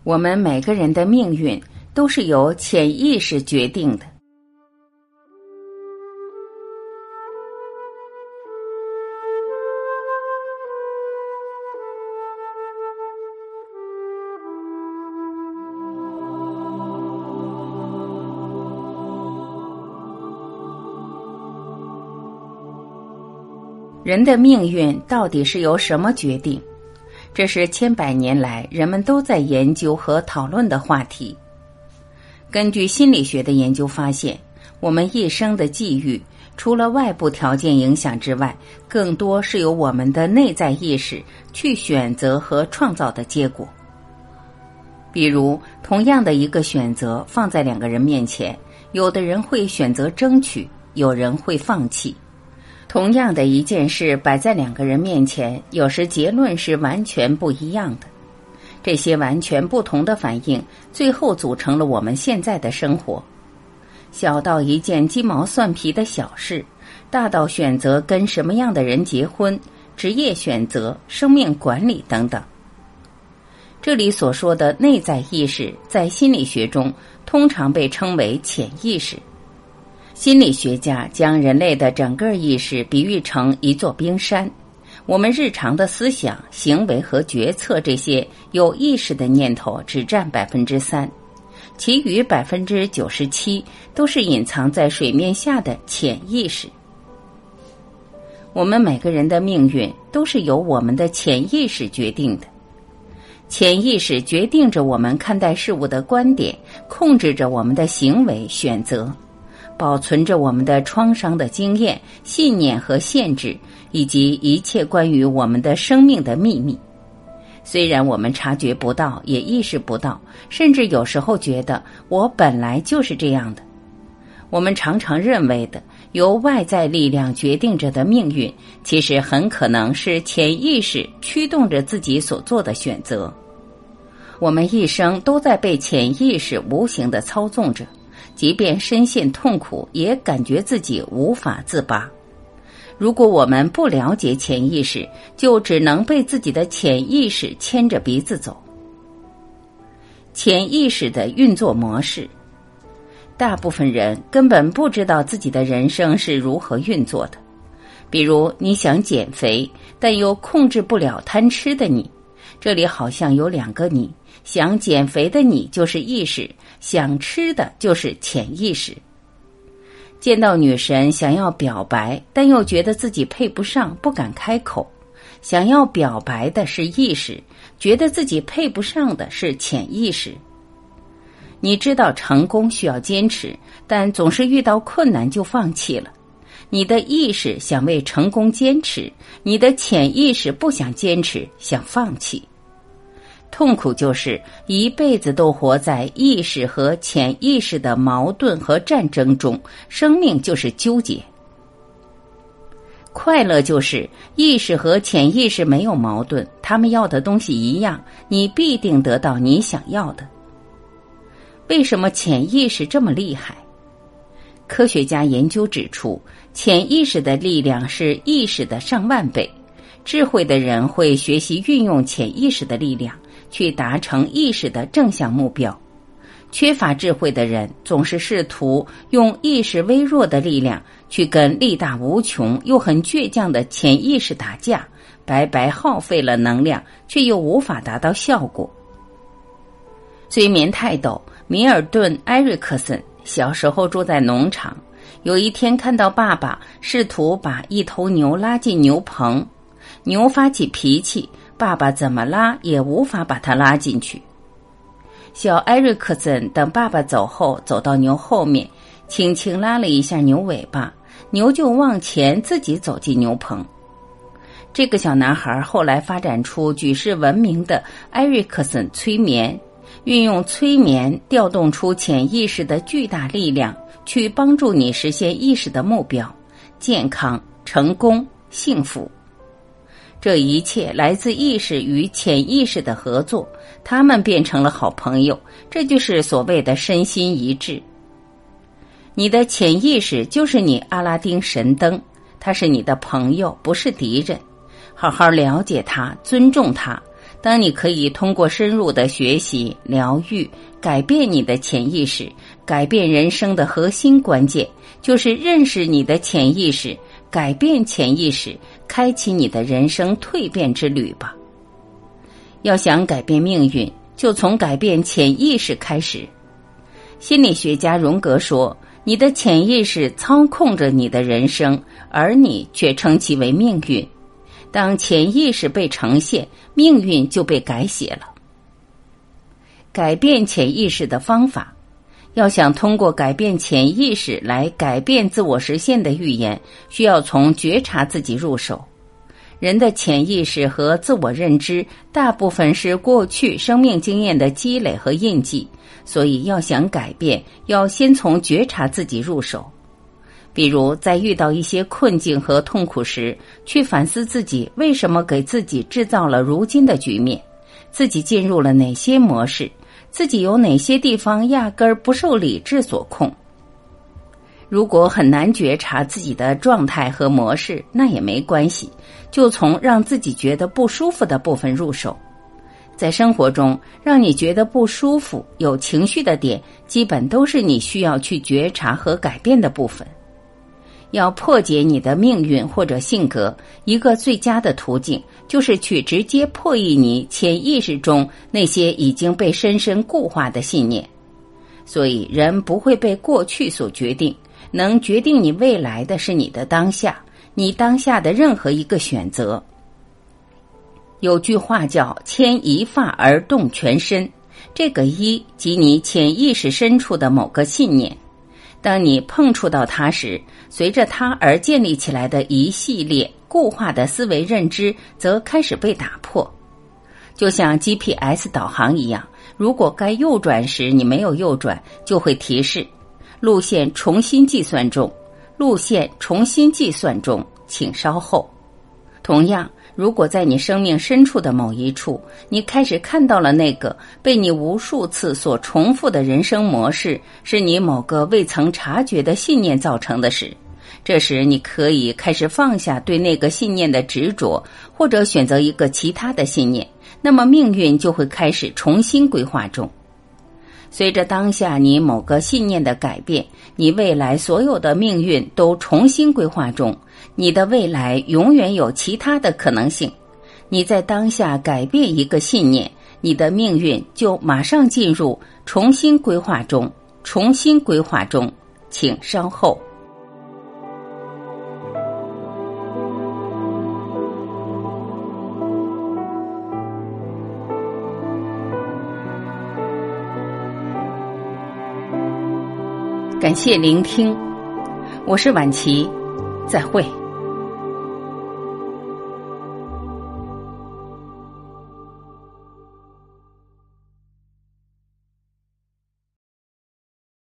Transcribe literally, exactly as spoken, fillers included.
我们每个人的命运都是由潜意识决定的。人的命运到底是由什么决定？这是千百年来人们都在研究和讨论的话题。根据心理学的研究发现，我们一生的际遇，除了外部条件影响之外，更多是由我们的内在意识去选择和创造的结果。比如，同样的一个选择放在两个人面前，有的人会选择争取，有人会放弃。同样的一件事摆在两个人面前，有时结论是完全不一样的。这些完全不同的反应，最后组成了我们现在的生活。小到一件鸡毛蒜皮的小事，大到选择跟什么样的人结婚、职业选择、生命管理等等。这里所说的内在意识，在心理学中通常被称为潜意识。心理学家将人类的整个意识比喻成一座冰山，我们日常的思想、行为和决策这些有意识的念头只占百分之三，其余百分之九十七都是隐藏在水面下的潜意识。我们每个人的命运都是由我们的潜意识决定的。潜意识决定着我们看待事物的观点，控制着我们的行为选择，保存着我们的创伤的经验、信念和限制，以及一切关于我们的生命的秘密。虽然我们察觉不到，也意识不到，甚至有时候觉得我本来就是这样的。我们常常认为的由外在力量决定着的命运，其实很可能是潜意识驱动着自己所做的选择。我们一生都在被潜意识无形地操纵着，即便深陷痛苦，也感觉自己无法自拔。如果我们不了解潜意识，就只能被自己的潜意识牵着鼻子走。潜意识的运作模式，大部分人根本不知道自己的人生是如何运作的。比如，你想减肥，但又控制不了贪吃的你，这里好像有两个你，想减肥的你就是意识，想吃的就是潜意识。见到女神想要表白，但又觉得自己配不上，不敢开口，想要表白的是意识，觉得自己配不上的是潜意识。你知道成功需要坚持，但总是遇到困难就放弃了。你的意识想为成功坚持，你的潜意识不想坚持，想放弃。痛苦就是一辈子都活在意识和潜意识的矛盾和战争中，生命就是纠结。快乐就是意识和潜意识没有矛盾，他们要的东西一样，你必定得到你想要的。为什么潜意识这么厉害？科学家研究指出，潜意识的力量是意识的上万倍。智慧的人会学习运用潜意识的力量，去达成意识的正向目标。缺乏智慧的人总是试图用意识微弱的力量去跟力大无穷又很倔强的潜意识打架，白白耗费了能量，却又无法达到效果。催眠泰斗米尔顿·埃瑞克森小时候住在农场，有一天看到爸爸试图把一头牛拉进牛棚，牛发起脾气，爸爸怎么拉也无法把它拉进去。小艾瑞克森等爸爸走后，走到牛后面，轻轻拉了一下牛尾巴，牛就往前自己走进牛棚。这个小男孩后来发展出举世闻名的艾瑞克森催眠，运用催眠调动出潜意识的巨大力量，去帮助你实现意识的目标：健康、成功、幸福。这一切来自意识与潜意识的合作，他们变成了好朋友，这就是所谓的身心一致。你的潜意识就是你阿拉丁神灯，它是你的朋友，不是敌人。好好了解它，尊重它， 当你可以通过深入的学习、疗愈，改变你的潜意识，改变人生的核心关键，就是认识你的潜意识，改变潜意识，开启你的人生蜕变之旅吧。要想改变命运，就从改变潜意识开始。心理学家荣格说，你的潜意识操控着你的人生，而你却称其为命运。当潜意识被呈现，命运就被改写了。改变潜意识的方法，要想通过改变潜意识来改变自我实现的预言，需要从觉察自己入手。人的潜意识和自我认知大部分是过去生命经验的积累和印记，所以要想改变，要先从觉察自己入手。比如在遇到一些困境和痛苦时，去反思自己为什么给自己制造了如今的局面，自己进入了哪些模式，自己有哪些地方压根儿不受理智所控。如果很难觉察自己的状态和模式，那也没关系，就从让自己觉得不舒服的部分入手。在生活中，让你觉得不舒服、有情绪的点，基本都是你需要去觉察和改变的部分。要破解你的命运或者性格，一个最佳的途径就是去直接破译你潜意识中那些已经被深深固化的信念。所以人不会被过去所决定，能决定你未来的是你的当下，你当下的任何一个选择。有句话叫牵一发而动全身，这个一即你潜意识深处的某个信念。当你碰触到它时，随着它而建立起来的一系列固化的思维认知则开始被打破。就像 G P S 导航一样，如果该右转时你没有右转，就会提示路线重新计算中，路线重新计算中，请稍后。同样，如果在你生命深处的某一处，你开始看到了那个被你无数次所重复的人生模式，是你某个未曾察觉的信念造成的时，这时你可以开始放下对那个信念的执着，或者选择一个其他的信念，那么命运就会开始重新规划中。随着当下你某个信念的改变，你未来所有的命运都重新规划中，你的未来永远有其他的可能性。你在当下改变一个信念，你的命运就马上进入重新规划中，重新规划中，请稍后。感谢聆听，我是婉琪，再会。